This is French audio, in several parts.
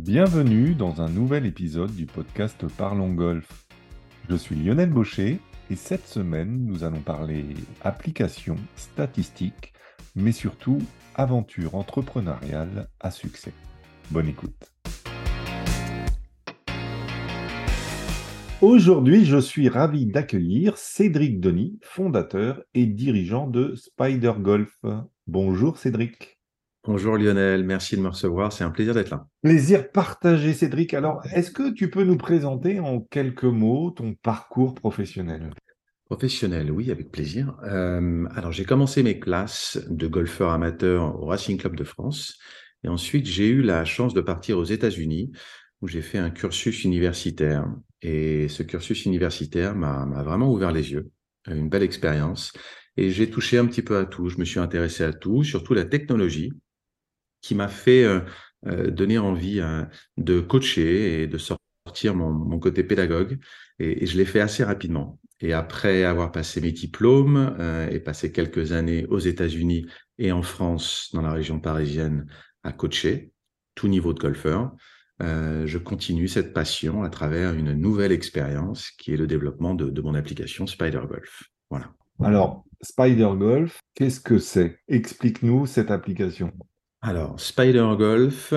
Bienvenue dans un nouvel épisode du podcast Parlons Golf. Je suis Lionel Baucher et cette semaine, nous allons parler applications, statistiques, mais surtout aventure entrepreneuriale à succès. Bonne écoute. Aujourd'hui, je suis ravi d'accueillir Cédric Denis, fondateur et dirigeant de Spider Golf. Bonjour Cédric. Bonjour Lionel, merci de me recevoir, c'est un plaisir d'être là. Plaisir partagé, Cédric. Alors, est-ce que tu peux nous présenter en quelques mots ton parcours professionnel? Professionnel, oui, avec plaisir. Alors, j'ai commencé mes classes de golfeur amateur au Racing Club de France. Et ensuite, j'ai eu la chance de partir aux États-Unis, où j'ai fait un cursus universitaire. Et ce cursus universitaire m'a vraiment ouvert les yeux, une belle expérience. Et j'ai touché un petit peu à tout. Je me suis intéressé à tout, surtout la technologie, qui m'a fait donner envie de coacher et de sortir mon côté pédagogue. Et je l'ai fait assez rapidement. Et après avoir passé mes diplômes et passé quelques années aux États-Unis et en France, dans la région parisienne, à coacher, tout niveau de golfeur, je continue cette passion à travers une nouvelle expérience qui est le développement de mon application Spider Golf. Voilà. Alors, Spider Golf, qu'est-ce que c'est? Explique-nous cette application. Alors, Spider Golf,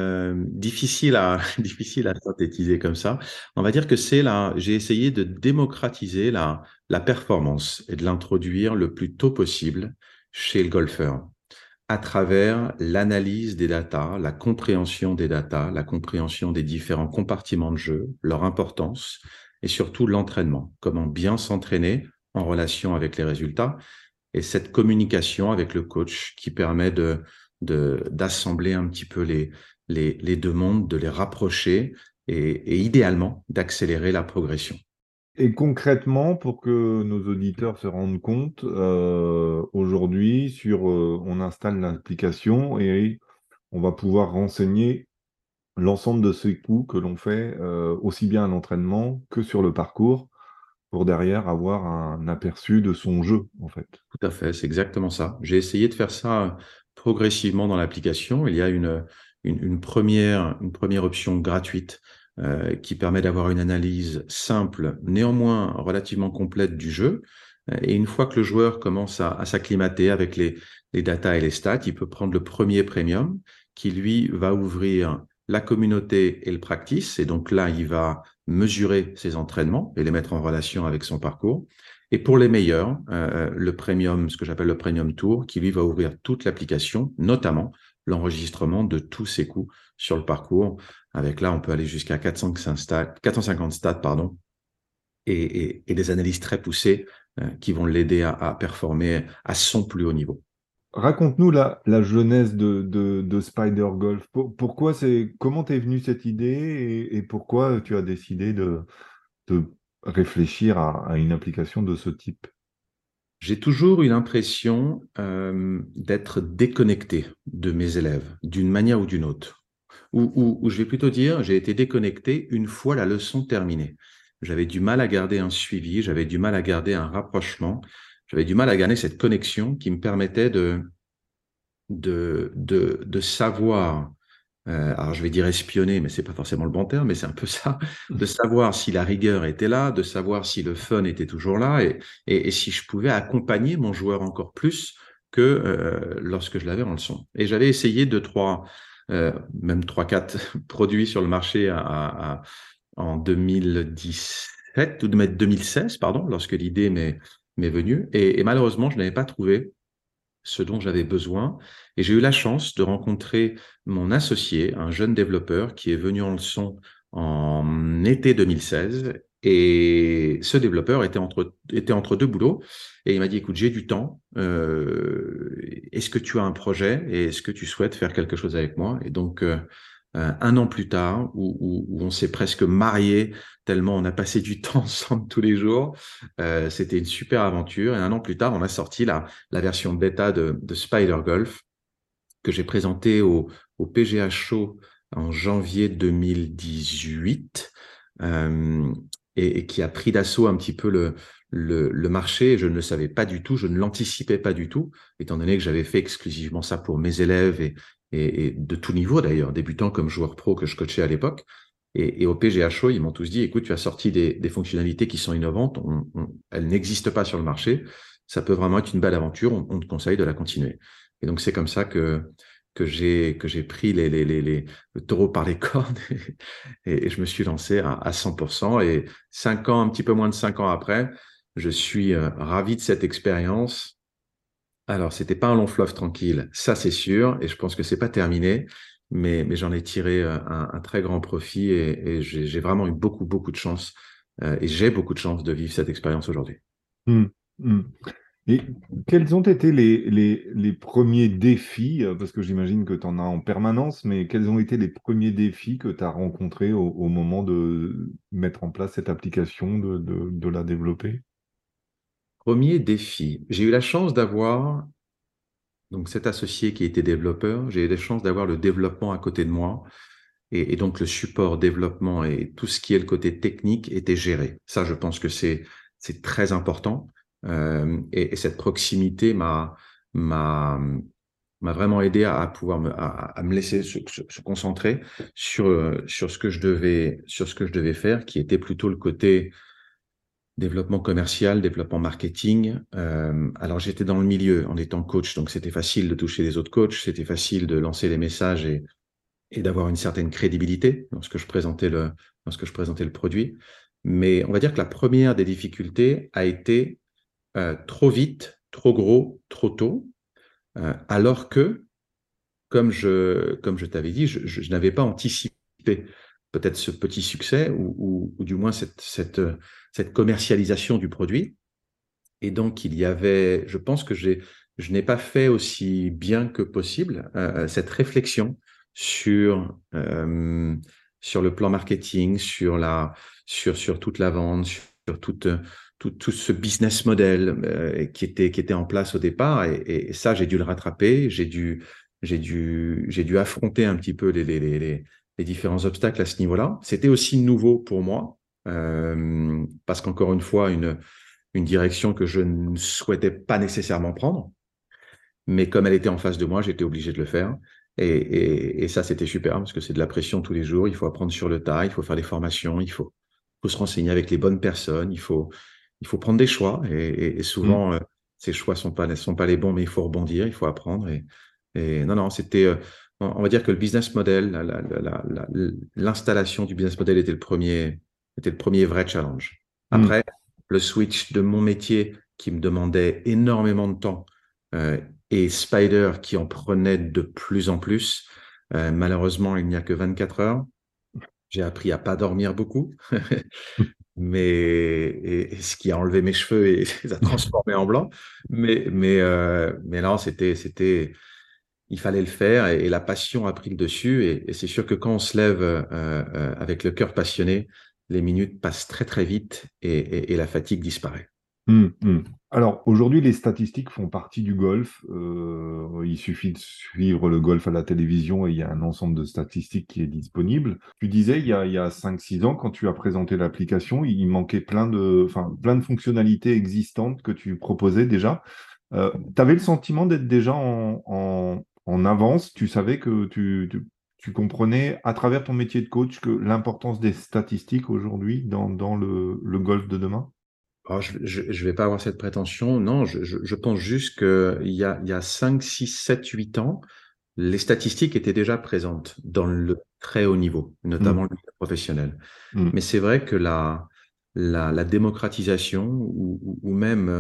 difficile à, difficile à synthétiser comme ça. On va dire que j'ai essayé de démocratiser la performance et de l'introduire le plus tôt possible chez le golfeur à travers l'analyse des datas, la compréhension des datas, la compréhension des différents compartiments de jeu, leur importance et surtout l'entraînement. Comment bien s'entraîner en relation avec les résultats et cette communication avec le coach qui permet d'assembler un petit peu les deux mondes, de les rapprocher et idéalement d'accélérer la progression. Et concrètement, pour que nos auditeurs se rendent compte, aujourd'hui, on installe l'application et on va pouvoir renseigner l'ensemble de ces coûts que l'on fait, aussi bien à l'entraînement que sur le parcours, pour derrière avoir un aperçu de son jeu, en fait. Tout à fait, c'est exactement ça. J'ai essayé de faire ça progressivement dans l'application. Il y a une première option gratuite qui permet d'avoir une analyse simple, néanmoins relativement complète du jeu. Et une fois que le joueur commence à s'acclimater avec les datas et les stats, il peut prendre le premier premium qui, lui, va ouvrir la communauté et le practice. Et donc là, il va mesurer ses entraînements et les mettre en relation avec son parcours. Et pour les meilleurs, le premium, ce que j'appelle le premium tour, qui lui va ouvrir toute l'application, notamment l'enregistrement de tous ses coups sur le parcours. Avec là, on peut aller jusqu'à 450 stats, pardon, et des analyses très poussées qui vont l'aider à performer à son plus haut niveau. Raconte-nous la genèse de Spider Golf. Comment t'es venue cette idée et pourquoi tu as décidé de réfléchir à une application de ce type? J'ai toujours eu l'impression d'être déconnecté de mes élèves, d'une manière ou d'une autre. Ou je vais plutôt dire, j'ai été déconnecté une fois la leçon terminée. J'avais du mal à garder un suivi, j'avais du mal à garder un rapprochement, j'avais du mal à garder cette connexion qui me permettait de savoir, alors je vais dire espionner, mais c'est pas forcément le bon terme, mais c'est un peu ça, de savoir si la rigueur était là, de savoir si le fun était toujours là et si je pouvais accompagner mon joueur encore plus que lorsque je l'avais en leçon. Et j'avais essayé même trois, quatre produits sur le marché en 2017 ou de 2016, pardon, lorsque l'idée m'est venue. Et malheureusement, je n'avais pas trouvé ce dont j'avais besoin. Et j'ai eu la chance de rencontrer mon associé, un jeune développeur qui est venu en leçon en été 2016. Et ce développeur était entre deux boulots. Et il m'a dit, écoute, j'ai du temps. Est-ce que tu as un projet et est-ce que tu souhaites faire quelque chose avec moi? Et donc, un an plus tard, où on s'est presque mariés, tellement on a passé du temps ensemble tous les jours, c'était une super aventure. Et un an plus tard, on a sorti la version bêta de Spider Golf que j'ai présentée au PGA Show en janvier 2018 euh, et qui a pris d'assaut un petit peu le marché. Je ne le savais pas du tout, je ne l'anticipais pas du tout, étant donné que j'avais fait exclusivement ça pour mes élèves et de tout niveau d'ailleurs, débutants comme joueurs pro que je coachais à l'époque. Et au PGHO, ils m'ont tous dit, écoute, tu as sorti des fonctionnalités qui sont innovantes, elles n'existent pas sur le marché, ça peut vraiment être une belle aventure, on te conseille de la continuer. Et donc c'est comme ça que j'ai pris le taureau par les cornes et je me suis lancé à 100%. Et 5 ans, un petit peu moins de 5 ans après, je suis ravi de cette expérience. Alors, c'était pas un long fleuve tranquille, ça c'est sûr, et je pense que c'est pas terminé, mais j'en ai tiré un très grand profit et j'ai vraiment eu beaucoup, beaucoup de chance, et j'ai beaucoup de chance de vivre cette expérience aujourd'hui. Hmm, hmm. Et quels ont été les premiers défis, parce que j'imagine que tu en as en permanence, mais quels ont été les premiers défis que tu as rencontrés au moment de mettre en place cette application, de la développer? Premier défi, j'ai eu la chance d'avoir donc cet associé qui était développeur, j'ai eu la chance d'avoir le développement à côté de moi. Et donc, le support, développement et tout ce qui est le côté technique était géré. Ça, je pense que c'est très important. Et cette proximité m'a, m'a vraiment aidé à pouvoir à me laisser se concentrer sur ce que je devais faire, qui était plutôt le côté développement commercial, développement marketing. Alors, j'étais dans le milieu en étant coach, donc c'était facile de toucher les autres coachs, c'était facile de lancer les messages et d'avoir une certaine crédibilité lorsque je présentais le produit. Mais on va dire que la première des difficultés a été trop vite, trop gros, trop tôt, alors que, comme je t'avais dit, je n'avais pas anticipé peut-être ce petit succès ou du moins cette commercialisation du produit. Et donc, je pense que je n'ai pas fait aussi bien que possible cette réflexion sur, sur le plan marketing, sur toute la vente, sur tout ce business model qui était en place au départ. Et ça, j'ai dû le rattraper. J'ai dû affronter un petit peu les différents obstacles à ce niveau-là. C'était aussi nouveau pour moi parce qu'encore une fois, une direction que je ne souhaitais pas nécessairement prendre, mais comme elle était en face de moi, j'étais obligé de le faire. Et ça, c'était super parce que c'est de la pression tous les jours. Il faut apprendre sur le tas, il faut faire des formations, il faut se renseigner avec les bonnes personnes, il faut prendre des choix. Et Hmm, souvent, ces choix sont pas les bons, mais il faut rebondir, il faut apprendre. Et non, non, on va dire que le business model, l'installation du business model était le premier vrai challenge. hmm, Après, le switch de mon métier qui me demandait énormément de temps euh, et Spider qui en prenait de plus en plus. Malheureusement, il n'y a que 24 heures. J'ai appris à pas dormir beaucoup, mais et ce qui a enlevé mes cheveux et les a transformés en blanc. Mais non, il fallait le faire et la passion a pris le dessus. Et c'est sûr que quand on se lève avec le cœur passionné, les minutes passent très très vite et la fatigue disparaît. hmm, hmm. Alors, aujourd'hui, les statistiques font partie du golf. Il suffit de suivre le golf à la télévision et il y a un ensemble de statistiques qui est disponible. Tu disais, il y a 5-6 ans, quand tu as présenté l'application, il manquait plein de fonctionnalités existantes que tu proposais déjà. Tu avais le sentiment d'être déjà en avance. Tu savais que tu comprenais à travers ton métier de coach que l'importance des statistiques aujourd'hui dans le golf de demain? Alors, je vais pas avoir cette prétention. Non, je pense juste qu'il y a 5, 6, 7, 8 ans, les statistiques étaient déjà présentes dans le très haut niveau, notamment Hmm, le milieu professionnel. hmm, Mais c'est vrai que la démocratisation ou même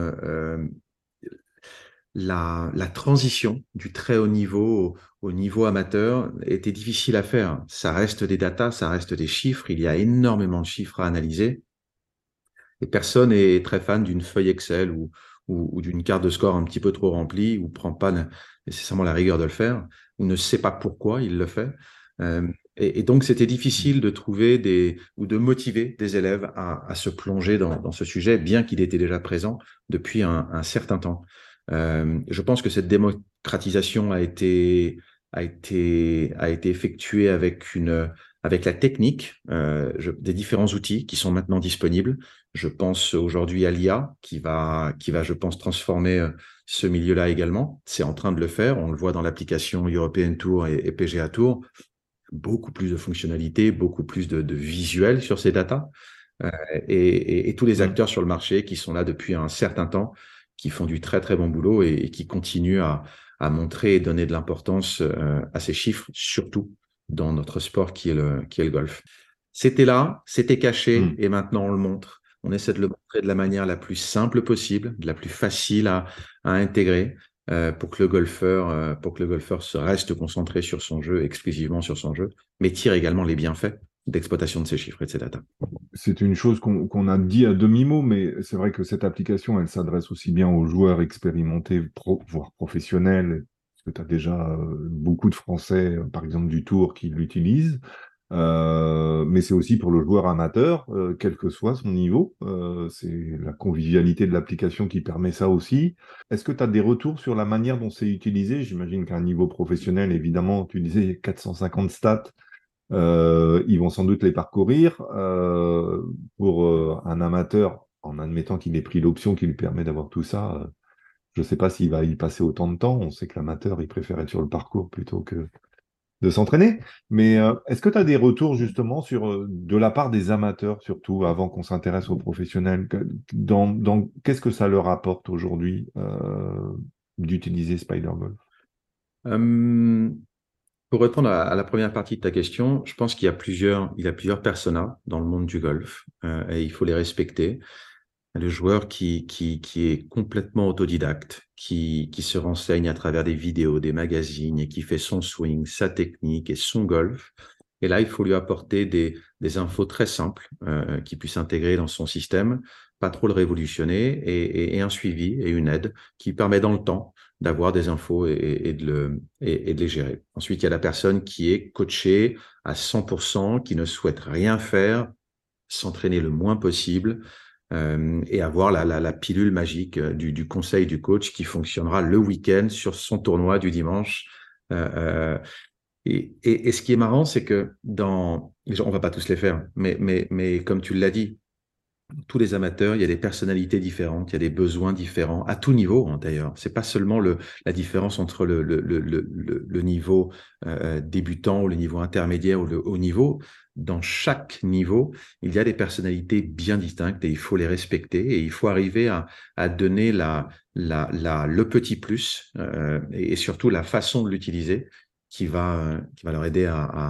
la transition du très haut niveau au niveau amateur était difficile à faire. Ça reste des datas, ça reste des chiffres. Il y a énormément de chiffres à analyser. Et personne est très fan d'une feuille Excel ou d'une carte de score un petit peu trop remplie ou prend pas nécessairement la rigueur de le faire ou ne sait pas pourquoi il le fait. Euh, et donc, c'était difficile de trouver ou de motiver des élèves à se plonger dans ce sujet, bien qu'il était déjà présent depuis un certain temps. Je pense que cette démocratisation a été effectuée avec la technique des différents outils qui sont maintenant disponibles. Je pense aujourd'hui à l'IA je pense, transformer ce milieu-là également. C'est en train de le faire. On le voit dans l'application European Tour et PGA Tour. Beaucoup plus de fonctionnalités, beaucoup plus de visuels sur ces datas. Et tous les Mm. acteurs sur le marché qui sont là depuis un certain temps, qui font du très très bon boulot et qui continuent à montrer et donner de l'importance à ces chiffres, surtout dans notre sport qui est le golf. C'était là, c'était caché Mm. et maintenant on le montre. On essaie de le montrer de la manière la plus simple possible, de la plus facile à intégrer pour que le golfeur se reste concentré sur son jeu, exclusivement sur son jeu, mais tire également les bienfaits d'exploitation de ces chiffres et de ces datas. C'est une chose qu'on a dit à demi-mot, mais c'est vrai que cette application, elle s'adresse aussi bien aux joueurs expérimentés, voire professionnels, parce que tu as déjà beaucoup de Français, par exemple du Tour, qui l'utilisent. Mais c'est aussi pour le joueur amateur, quel que soit son niveau. C'est la convivialité de l'application qui permet ça aussi. Est-ce que tu as des retours sur la manière dont c'est utilisé? J'imagine qu'à un niveau professionnel, évidemment, tu disais 450 stats. Ils vont sans doute les parcourir. Pour un amateur, en admettant qu'il ait pris l'option qui lui permet d'avoir tout ça, je ne sais pas s'il va y passer autant de temps. On sait que l'amateur, il préfère être sur le parcours plutôt que de s'entraîner. Mais est-ce que tu as des retours justement sur, de la part des amateurs, surtout avant qu'on s'intéresse aux professionnels, qu'est-ce que ça leur apporte aujourd'hui d'utiliser Spider Golf? Euh, pour répondre à la première partie de ta question, je pense il y a plusieurs personas dans le monde du golf et il faut les respecter. Le joueur qui est complètement autodidacte, qui se renseigne à travers des vidéos, des magazines et qui fait son swing, sa technique et son golf. Et là, il faut lui apporter des infos très simples qu'il puisse intégrer dans son système, pas trop le révolutionner et un suivi et une aide qui permet dans le temps d'avoir des infos et de les gérer. Ensuite, il y a la personne qui est coachée à 100%, qui ne souhaite rien faire, s'entraîner le moins possible et avoir la pilule magique du conseil du coach qui fonctionnera le week-end sur son tournoi du dimanche. Euh, euh, et ce qui est marrant, c'est que on va pas tous les faire, mais comme tu l'as dit, tous les amateurs, il y a des personnalités différentes, il y a des besoins différents, à tout niveau hein, d'ailleurs. C'est pas seulement la différence entre le niveau débutant ou le niveau intermédiaire ou le haut niveau. Dans chaque niveau, il y a des personnalités bien distinctes et il faut les respecter et il faut arriver à donner le petit plus et surtout la façon de l'utiliser qui va leur aider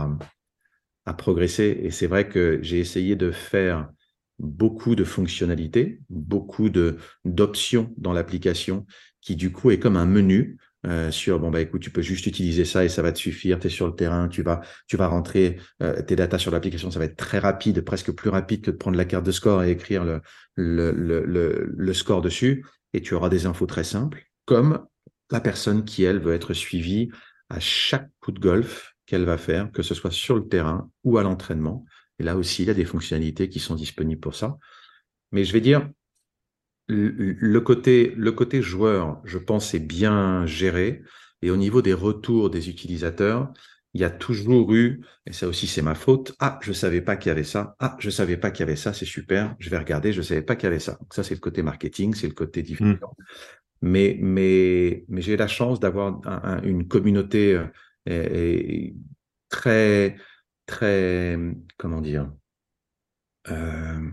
à progresser. Et c'est vrai que j'ai essayé de faire beaucoup de fonctionnalités, beaucoup d'options dans l'application qui du coup est comme un menu sur bon bah écoute tu peux juste utiliser ça et ça va te suffire, tu es sur le terrain, tu vas rentrer tes datas sur l'application, ça va être très rapide, presque plus rapide que de prendre la carte de score et écrire le score dessus et tu auras des infos très simples comme la personne qui elle veut être suivie à chaque coup de golf qu'elle va faire, que ce soit sur le terrain ou à l'entraînement. Et là aussi, il y a des fonctionnalités qui sont disponibles pour ça. Mais je vais dire, le côté joueur, je pense, est bien géré. Et au niveau des retours des utilisateurs, il y a toujours eu, et ça aussi c'est ma faute, ah, je savais pas qu'il y avait ça, ah, je savais pas qu'il y avait ça, c'est super, je vais regarder, je savais pas qu'il y avait ça. Donc ça, c'est le côté marketing, c'est le côté Mm. diffusion. Mais j'ai la chance d'avoir une communauté et très, très, comment dire, euh,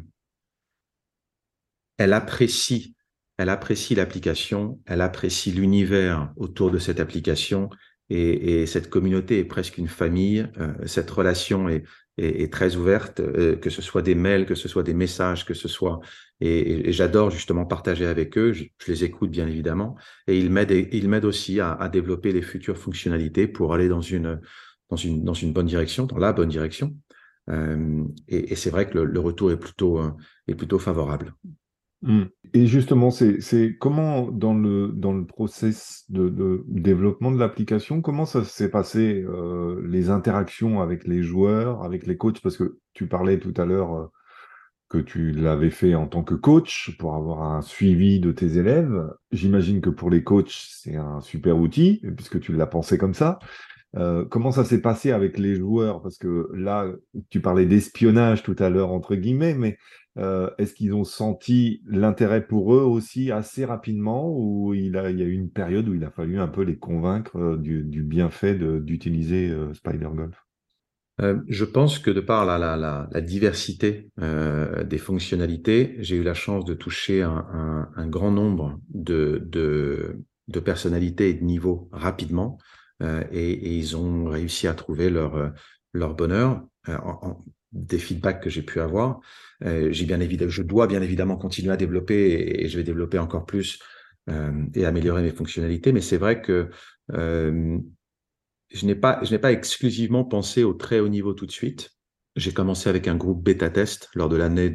elle apprécie, elle apprécie l'application, elle apprécie l'univers autour de cette application et cette communauté est presque une famille. Cette relation est très ouverte, que ce soit des mails, que ce soit des messages, que ce soit et j'adore justement partager avec eux. Je les écoute bien évidemment et ils m'aident aussi à développer les futures fonctionnalités pour aller dans une bonne direction, dans la bonne direction. Et c'est vrai que le retour est plutôt favorable. Mm. Et justement, c'est comment dans le process de développement de l'application, comment ça s'est passé, les interactions avec les joueurs, avec les coachs, parce que tu parlais tout à l'heure que tu l'avais fait en tant que coach pour avoir un suivi de tes élèves. J'imagine que pour les coachs, c'est un super outil, puisque tu l'as pensé comme ça. Comment ça s'est passé avec les joueurs? Parce que là, tu parlais d'espionnage tout à l'heure, entre guillemets, mais est-ce qu'ils ont senti l'intérêt pour eux aussi assez rapidement ou il y a eu une période où il a fallu un peu les convaincre du bienfait d'utiliser Spider-Golf? Je pense que de par la diversité des fonctionnalités, j'ai eu la chance de toucher un grand nombre de personnalités et de niveaux rapidement, et ils ont réussi à trouver leur bonheur. Des feedbacks que j'ai pu avoir, je dois bien évidemment continuer à développer, et je vais développer encore plus et améliorer mes fonctionnalités. Mais c'est vrai que euh, je n'ai pas exclusivement pensé au très haut niveau tout de suite. J'ai commencé avec un groupe bêta-test lors de l'année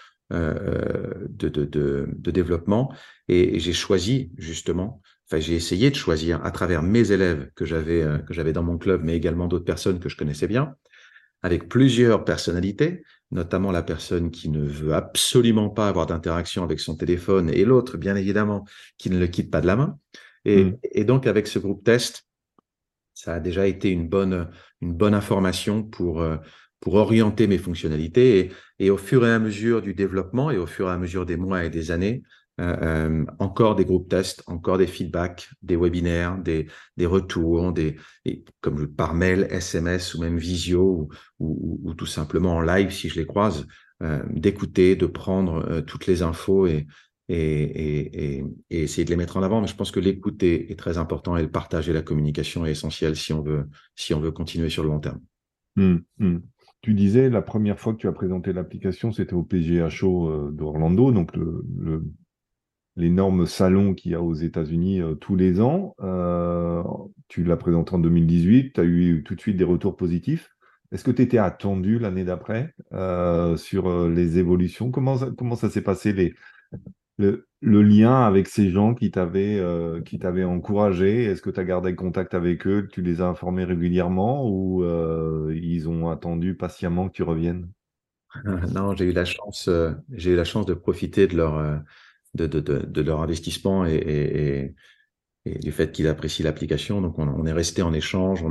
de développement, et j'ai choisi justement, enfin j'ai essayé de choisir à travers mes élèves que j'avais dans mon club, mais également d'autres personnes que je connaissais bien, avec plusieurs personnalités, notamment la personne qui ne veut absolument pas avoir d'interaction avec son téléphone, et l'autre, bien évidemment, qui ne le quitte pas de la main. Et donc avec ce groupe test, ça a déjà été une bonne information pour orienter mes fonctionnalités. Et au fur et à mesure du développement et au fur et à mesure des mois et des années, encore des groupes tests, encore des feedbacks, des webinaires, des retours, comme par mail, SMS ou même visio, ou tout simplement en live si je les croise, d'écouter, de prendre toutes les infos et essayer de les mettre en avant. Mais je pense que l'écoute est très important, et le partage et la communication est essentiel si on veut continuer sur le long terme. Hmm. Tu disais, la première fois que tu as présenté l'application, c'était au PGA Show d'Orlando, donc l'énorme salon qu'il y a aux États-Unis tous les ans. Tu l'as présenté en 2018, tu as eu tout de suite des retours positifs. Est-ce que tu étais attendu l'année d'après sur les évolutions? Comment ça s'est passé le lien avec ces gens qui t'avaient encouragé? Est-ce que tu as gardé contact avec eux? Tu les as informés régulièrement ou ils ont attendu patiemment que tu reviennes? Non, j'ai eu la chance de profiter de leur investissement et du fait qu'ils apprécient l'application. Donc, on est resté en échange.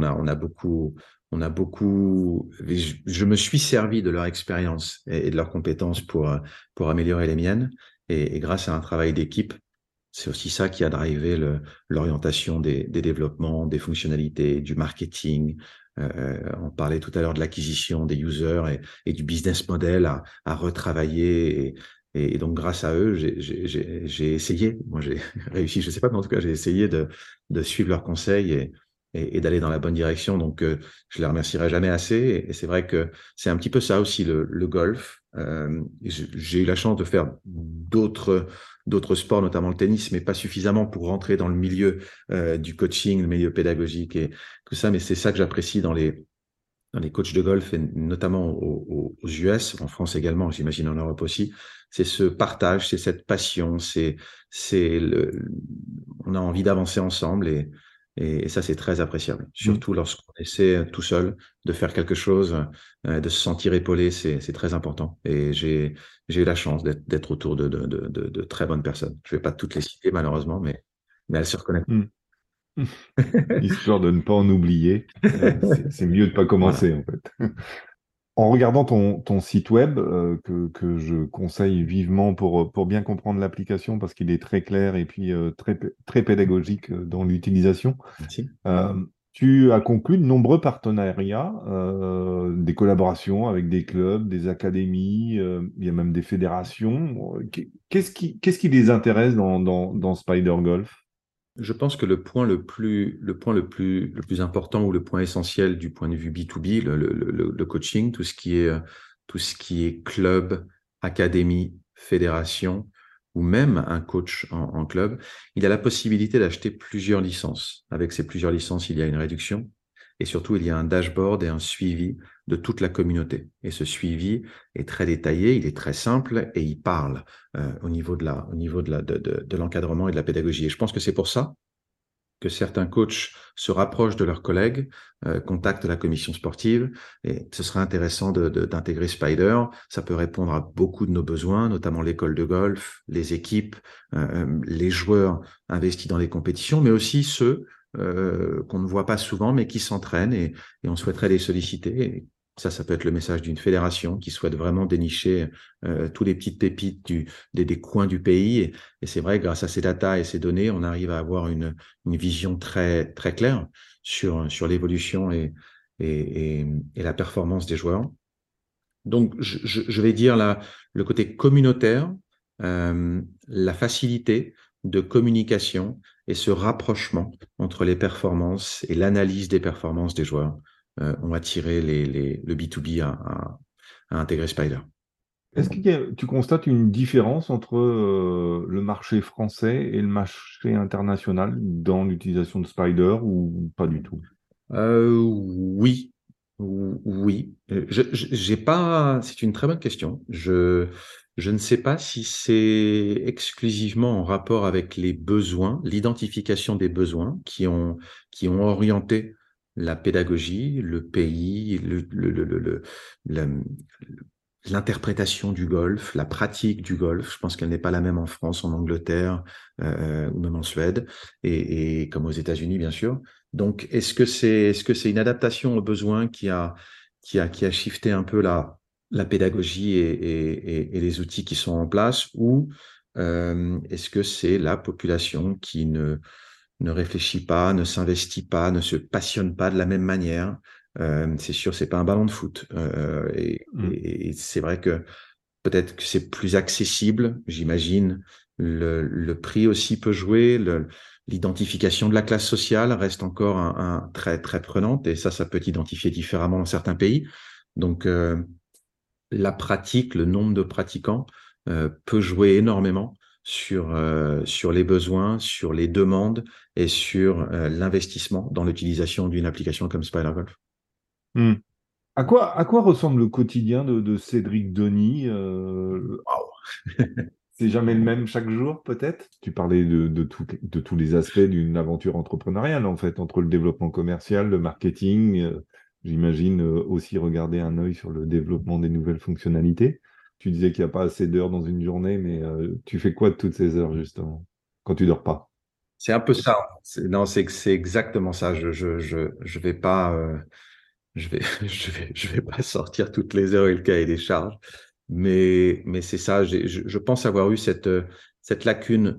On a beaucoup. Je me suis servi de leur expérience et de leurs compétences pour améliorer les miennes. Et grâce à un travail d'équipe, c'est aussi ça qui a drivé l'orientation des développements, des fonctionnalités, du marketing. On parlait tout à l'heure de l'acquisition des users et du business model à retravailler. Et donc, grâce à eux, j'ai essayé, moi j'ai réussi, je sais pas, mais en tout cas, j'ai essayé de suivre leurs conseils et d'aller dans la bonne direction. Donc, je les remercierai jamais assez. Et c'est vrai que c'est un petit peu ça aussi, le golf. J'ai eu la chance de faire d'autres sports, notamment le tennis, mais pas suffisamment pour rentrer dans le milieu du coaching, le milieu pédagogique et tout ça. Mais c'est ça que j'apprécie dans les coachs de golf, et notamment aux US, en France également, j'imagine en Europe aussi. C'est ce partage, c'est cette passion, c'est on a envie d'avancer ensemble, et ça, c'est très appréciable. Mm. Surtout lorsqu'on essaie tout seul de faire quelque chose, de se sentir épaulé, c'est très important. Et j'ai eu la chance d'être autour de très bonnes personnes. Je vais pas toutes les citer, malheureusement, mais elles se reconnaissent. Mm. Histoire de ne pas en oublier. C'est mieux de ne pas Voilà. commencer, en fait. En regardant ton site web, que je conseille vivement pour bien comprendre l'application, parce qu'il est très clair et puis très pédagogique dans l'utilisation, Merci. euh, tu as conclu de nombreux partenariats, des collaborations avec des clubs, des académies, il y a même des fédérations. Qu'est-ce qui les intéresse dans Spider Golf? Je pense que le plus important, ou le point essentiel du point de vue B2B, le coaching, tout ce qui est club, académie, fédération, ou même un coach en club, il a la possibilité d'acheter plusieurs licences. Avec ces plusieurs licences, il y a une réduction, et surtout, il y a un dashboard et un suivi de toute la communauté. Et ce suivi est très détaillé, il est très simple, et il parle au niveau de l'encadrement et de la pédagogie. Et je pense que c'est pour ça que certains coachs se rapprochent de leurs collègues, contactent la commission sportive, et ce serait intéressant d'intégrer Spider. Ça peut répondre à beaucoup de nos besoins, notamment l'école de golf, les équipes, les joueurs investis dans les compétitions, mais aussi ceux qu'on ne voit pas souvent, mais qui s'entraînent et on souhaiterait les solliciter. Et ça peut être le message d'une fédération qui souhaite vraiment dénicher tous les petites pépites des coins du pays. Et c'est vrai, grâce à ces datas et ces données, on arrive à avoir une vision très, très claire sur l'évolution et la performance des joueurs. Donc, je vais dire le côté communautaire, la facilité de communication et ce rapprochement entre les performances et l'analyse des performances des joueurs ont attiré le B2B à intégrer Spider. Est-ce tu constates une différence entre le marché français et le marché international dans l'utilisation de Spider ou pas du tout? Oui, oui. J'ai pas. C'est une très bonne question. Je ne sais pas si c'est exclusivement en rapport avec les besoins, l'identification des besoins qui ont orienté la pédagogie, le pays, la- l'interprétation du golf, la pratique du golf. Je pense qu'elle n'est pas la même en France, en Angleterre ou même en Suède et comme aux États-Unis, bien sûr. Donc, est-ce que c'est une adaptation aux besoins qui a shifté un peu la pédagogie et les outils qui sont en place, ou est-ce que c'est la population qui ne réfléchit pas, ne s'investit pas, ne se passionne pas de la même manière? C'est sûr, c'est pas un ballon de foot. Hmm. Et c'est vrai que peut-être que c'est plus accessible, j'imagine. Le prix aussi peut jouer. L'identification de la classe sociale reste encore très, très prenante. Et ça peut être identifié différemment dans certains pays. Donc, la pratique, le nombre de pratiquants peut jouer énormément sur les besoins, sur les demandes et sur l'investissement dans l'utilisation d'une application comme SpiderGolf. Hmm. À quoi ressemble le quotidien de Cédric Denis? C'est jamais le même chaque jour, peut-être? Tu parlais de tous les aspects d'une aventure entrepreneuriale, en fait, entre le développement commercial, le marketing, j'imagine aussi regarder un œil sur le développement des nouvelles fonctionnalités. Tu disais qu'il n'y a pas assez d'heures dans une journée, mais tu fais quoi de toutes ces heures, justement, quand tu dors pas? C'est un peu ça. Non, c'est exactement ça. Je vais pas, je vais pas sortir toutes les heures et le cahier des charges, mais c'est ça. Je pense avoir eu cette lacune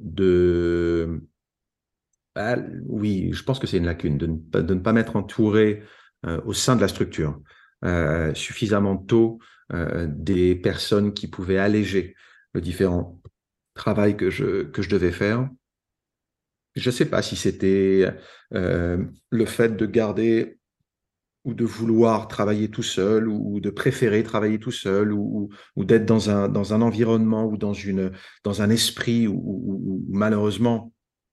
ah, oui, je pense que c'est une lacune de ne pas m'être entouré au sein de la structure suffisamment tôt des personnes qui pouvaient alléger le différent travail que je devais faire. Je ne sais pas si c'était le fait de garder ou de vouloir travailler tout seul ou de préférer travailler tout seul ou d'être dans un environnement ou dans un esprit où malheureusement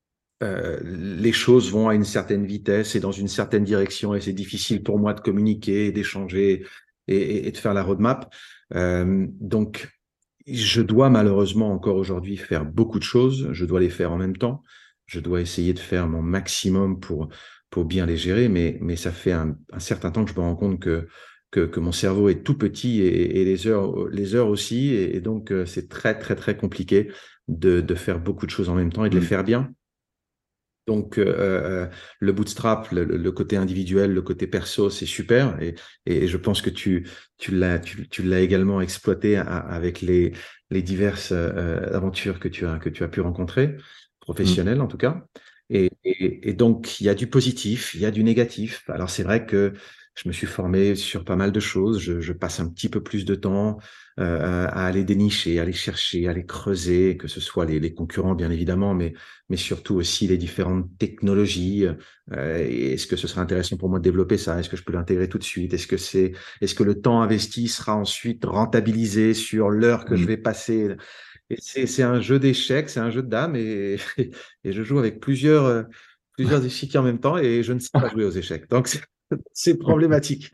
les choses vont à une certaine vitesse et dans une certaine direction et c'est difficile pour moi de communiquer, d'échanger et de faire la roadmap. Donc, je dois malheureusement encore aujourd'hui faire beaucoup de choses. Je dois les faire en même temps. Je dois essayer de faire mon maximum pour bien les gérer, mais ça fait un certain temps que je me rends compte que mon cerveau est tout petit et les heures aussi. Et donc, c'est très, très, très compliqué de faire beaucoup de choses en même temps et de les Hmm. faire bien. Donc, le bootstrap, le côté individuel, le côté perso, c'est super. Et je pense que tu l'as également exploité avec les diverses aventures que tu as pu rencontrer, Hmm. professionnelles en tout cas. Et donc, il y a du positif, il y a du négatif. Alors, c'est vrai que je me suis formé sur pas mal de choses. Je passe un petit peu plus de temps à aller dénicher, à aller chercher, à aller creuser, que ce soit les concurrents, bien évidemment, mais surtout aussi les différentes technologies. Est-ce que ce serait intéressant pour moi de développer ça? Est-ce que je peux l'intégrer tout de suite? Est-ce que le temps investi sera ensuite rentabilisé sur l'heure que je Hmm. vais passer? Et c'est un jeu d'échecs, c'est un jeu de dames et, et je joue avec plusieurs échiquiers en même temps et je ne sais pas jouer aux échecs. Donc, c'est problématique.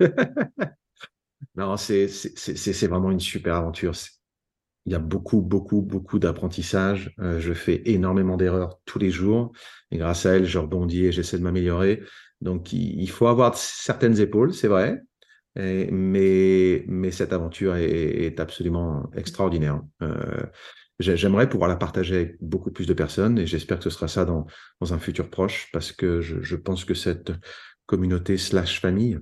Non, c'est vraiment une super aventure. Il y a beaucoup, beaucoup, beaucoup d'apprentissage. Je fais énormément d'erreurs tous les jours. Et grâce à elles, je rebondis et j'essaie de m'améliorer. Donc, il faut avoir certaines épaules, c'est vrai. Mais cette aventure est absolument extraordinaire. j'aimerais pouvoir la partager avec beaucoup plus de personnes et j'espère que ce sera ça dans un futur proche parce que je pense que cette communauté slash famille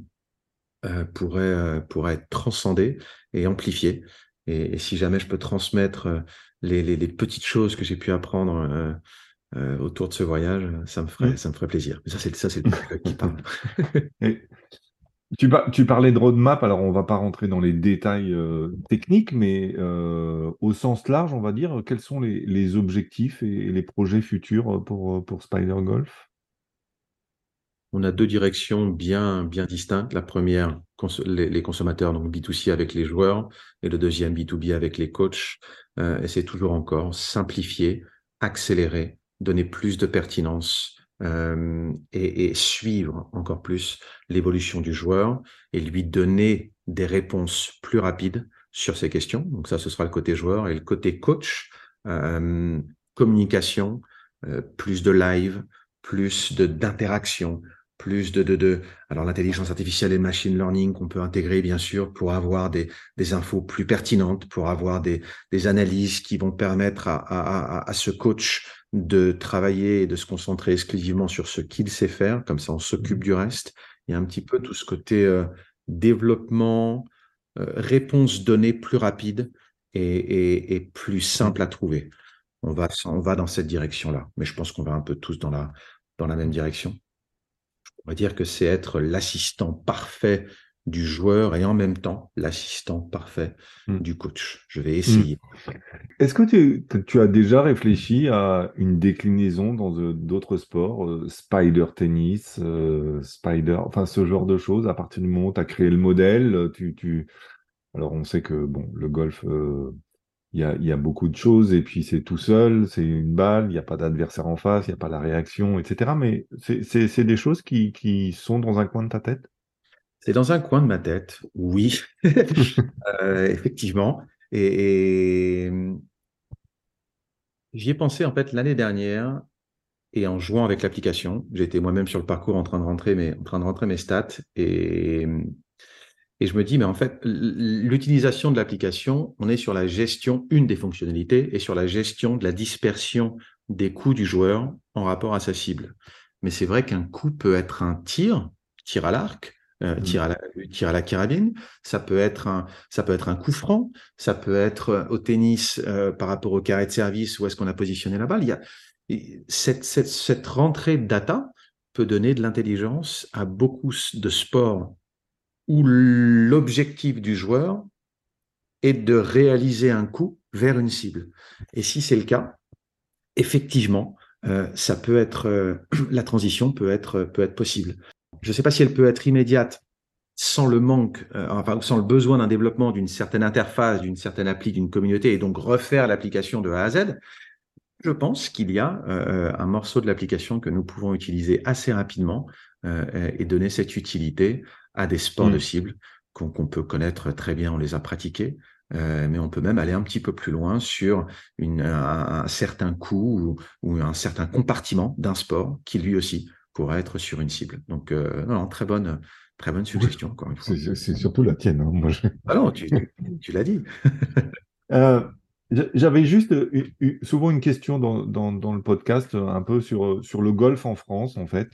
pourrait être transcendée et amplifiée. Et si jamais je peux transmettre les petites choses que j'ai pu apprendre autour de ce voyage, Mm. ça me ferait plaisir. Mais ça, c'est le psychologue qui parle. Et tu parlais de roadmap, alors on va pas rentrer dans les détails techniques, mais au sens large, on va dire, quels sont les objectifs et les projets futurs pour Spider Golf? On a deux directions bien distinctes. La première, les consommateurs, donc B2C avec les joueurs, et le deuxième, B2B avec les coachs. Et c'est toujours encore simplifier, accélérer, donner plus de pertinence et suivre encore plus l'évolution du joueur et lui donner des réponses plus rapides sur ces questions. Donc ça, ce sera le côté joueur. Et le côté coach, euh, communication, plus de live, plus d'interaction, plus alors l'intelligence artificielle et le machine learning qu'on peut intégrer, bien sûr, pour avoir des infos plus pertinentes, pour avoir des analyses qui vont permettre à ce coach de travailler et de se concentrer exclusivement sur ce qu'il sait faire. Comme ça, on s'occupe du reste. Il y a un petit peu tout ce côté développement, réponse donnée plus rapide et plus Mm. simple à trouver. On va dans cette direction-là, mais je pense qu'on va un peu tous dans la même direction. On va dire que c'est être l'assistant parfait du joueur et en même temps l'assistant parfait Mm. du coach. Je vais Mm. essayer. Est-ce que tu as déjà réfléchi à une déclinaison dans d'autres sports, spider tennis, spider, enfin ce genre de choses, à partir du moment où tu as créé le modèle, alors on sait que bon, le golf, il y a beaucoup de choses, et puis c'est tout seul, c'est une balle, il n'y a pas d'adversaire en face, il n'y a pas la réaction, etc. Mais c'est des choses qui sont dans un coin de ta tête? C'est dans un coin de ma tête, oui, effectivement. Et j'y ai pensé en fait l'année dernière et en jouant avec l'application. J'étais moi-même sur le parcours en train de rentrer mes stats et je me dis, mais en fait, l'utilisation de l'application, on est sur la gestion, une des fonctionnalités, et sur la gestion de la dispersion des coups du joueur en rapport à sa cible. Mais c'est vrai qu'un coup peut être un tir à l'arc, Mm. tir à la carabine, ça peut être un coup franc, ça peut être au tennis par rapport au carré de service, où est-ce qu'on a positionné la balle. Cette rentrée de data peut donner de l'intelligence à beaucoup de sports où l'objectif du joueur est de réaliser un coup vers une cible. Et si c'est le cas, effectivement, ça peut être la transition peut être possible. Je ne sais pas si elle peut être immédiate sans le manque, enfin sans le besoin d'un développement d'une certaine interface, d'une certaine appli, d'une communauté, et donc refaire l'application de A à Z. Je pense qu'il y a un morceau de l'application que nous pouvons utiliser assez rapidement et donner cette utilité à des sports de Mm. cible qu'on peut connaître très bien, on les a pratiqués, mais on peut même aller un petit peu plus loin sur un certain coup ou un certain compartiment d'un sport qui lui aussi pourrait être sur une cible. Donc, non, très bonne Oui. suggestion, encore une fois. C'est surtout la tienne, hein. Moi, Ah non, tu l'as dit. Euh, j'avais juste souvent une question dans le podcast, un peu sur le golf en France, en fait,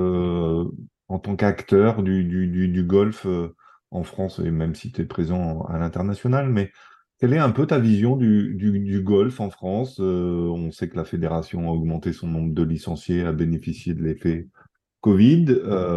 en tant qu'acteur du golf en France, et même si tu es présent à l'international, mais quelle est un peu ta vision du golf en France? On sait que la fédération a augmenté son nombre de licenciés, a bénéficié de l'effet Covid,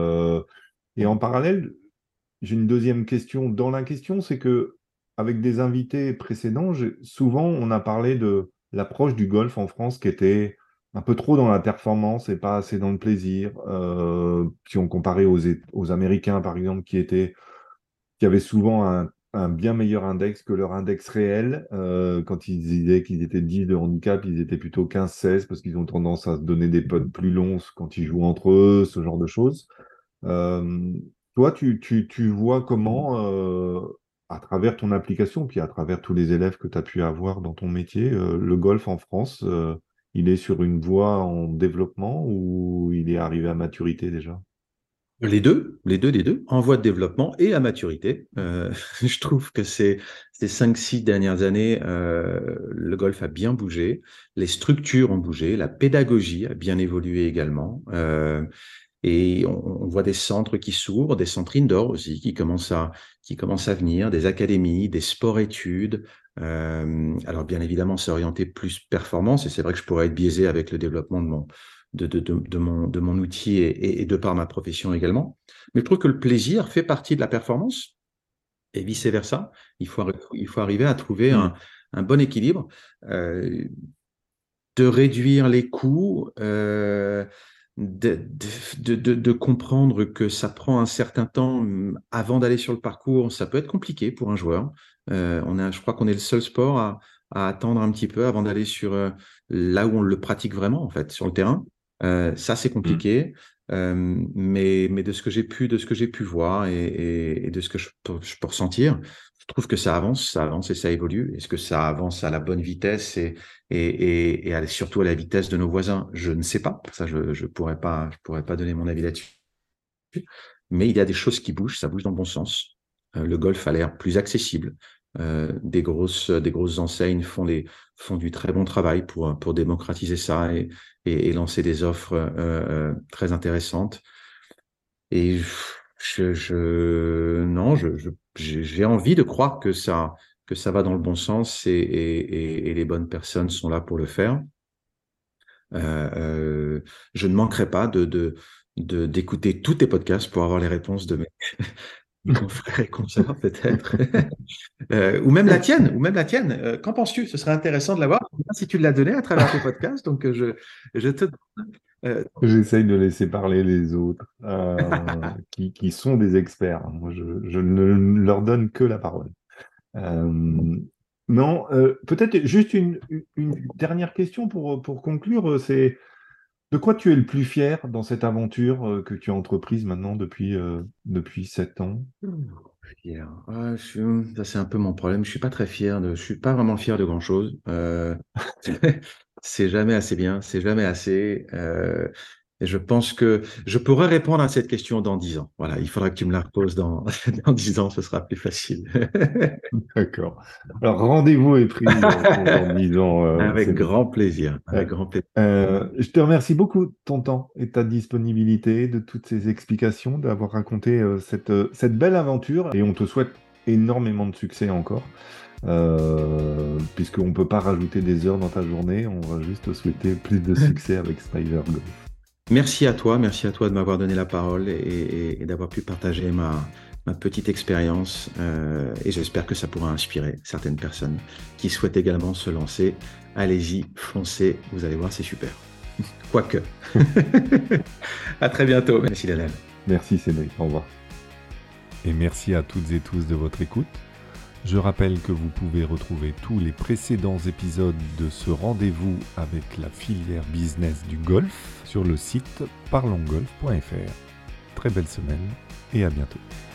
et en parallèle, j'ai une deuxième question dans la question, c'est que avec des invités précédents, souvent on a parlé de l'approche du golf en France qui était un peu trop dans la performance et pas assez dans le plaisir. Si on comparait aux Américains, par exemple, qui avaient souvent un bien meilleur index que leur index réel. Quand ils disaient qu'ils étaient 10 de handicap, ils étaient plutôt 15-16 parce qu'ils ont tendance à se donner des potes plus longs quand ils jouent entre eux, ce genre de choses. Euh, Toi, tu vois comment, à travers ton application, puis à travers tous les élèves que tu as pu avoir dans ton métier, le golf en France, il est sur une voie en développement ou il est arrivé à maturité déjà? Les deux, en voie de développement et à maturité. Je trouve que ces 5-6 dernières années, le golf a bien bougé, les structures ont bougé, la pédagogie a bien évolué également. Et on voit des centres qui s'ouvrent, des centres indoor aussi qui commencent à venir, des académies, des sports-études. Alors bien évidemment, c'est orienté plus performance et c'est vrai que je pourrais être biaisé avec le développement de mon outil et de par ma profession également. Mais je trouve que le plaisir fait partie de la performance et vice-versa. Il faut arriver à trouver Hmm. un bon équilibre, euh, de réduire les coûts, de comprendre que ça prend un certain temps avant d'aller sur le parcours. Ça peut être compliqué pour un joueur. Je crois qu'on est le seul sport à attendre un petit peu avant d'aller sur là où on le pratique vraiment, en fait, sur le terrain. Ça, c'est Hmm. compliqué. Mais de ce que j'ai pu voir et de ce que je peux ressentir, je trouve que ça avance et ça évolue. Est-ce que ça avance à la bonne vitesse surtout à la vitesse de nos voisins? Je ne sais pas. Ça, je pourrais pas donner mon avis là-dessus. Mais il y a des choses qui bougent, ça bouge dans le bon sens. Le golf a l'air plus accessible. Des grosses enseignes font du très bon travail pour démocratiser ça et lancer des offres très intéressantes. Et non, j'ai envie de croire que ça va dans le bon sens et les bonnes personnes sont là pour le faire. Euh, euh, je ne manquerai pas d'écouter tous tes podcasts pour avoir les réponses de mes confrères et consoeurs, peut-être. Ou même la tienne. Qu'en penses-tu? Ce serait intéressant de l'avoir. Je sais pas si tu l'as donné à travers tes podcasts, donc je te. euh, J'essaye de laisser parler les autres qui sont des experts. Moi, je ne leur donne que la parole. Non, peut-être juste une dernière question pour conclure. C'est de quoi tu es le plus fier dans cette aventure que tu as entreprise maintenant depuis 7 ans? Fier. Ça, c'est un peu mon problème. Je suis pas vraiment fier de grand-chose. C'est jamais assez bien, c'est jamais assez. Et je pense que je pourrais répondre à cette question dans 10 ans. Voilà, il faudra que tu me la reposes dans 10 ans, ce sera plus facile. D'accord. Alors, rendez-vous est pris pour dans 10 ans, Avec Cédric. grand plaisir, Euh, avec grand plaisir. je te remercie beaucoup de ton temps et de ta disponibilité, de toutes ces explications, d'avoir raconté cette belle aventure. Et on te souhaite énormément de succès encore, puisqu'on ne peut pas rajouter des heures dans ta journée. On va juste te souhaiter plus de succès avec Striver Golf. Merci à toi de m'avoir donné la parole et d'avoir pu partager ma petite expérience. Et j'espère que ça pourra inspirer certaines personnes qui souhaitent également se lancer. Allez-y, foncez, vous allez voir, c'est super. Quoique. À très bientôt. Merci Daniel. Merci Cédric, au revoir. Et merci à toutes et tous de votre écoute. Je rappelle que vous pouvez retrouver tous les précédents épisodes de ce rendez-vous avec la filière business du golf sur le site parlongolf.fr. Très belle semaine et à bientôt.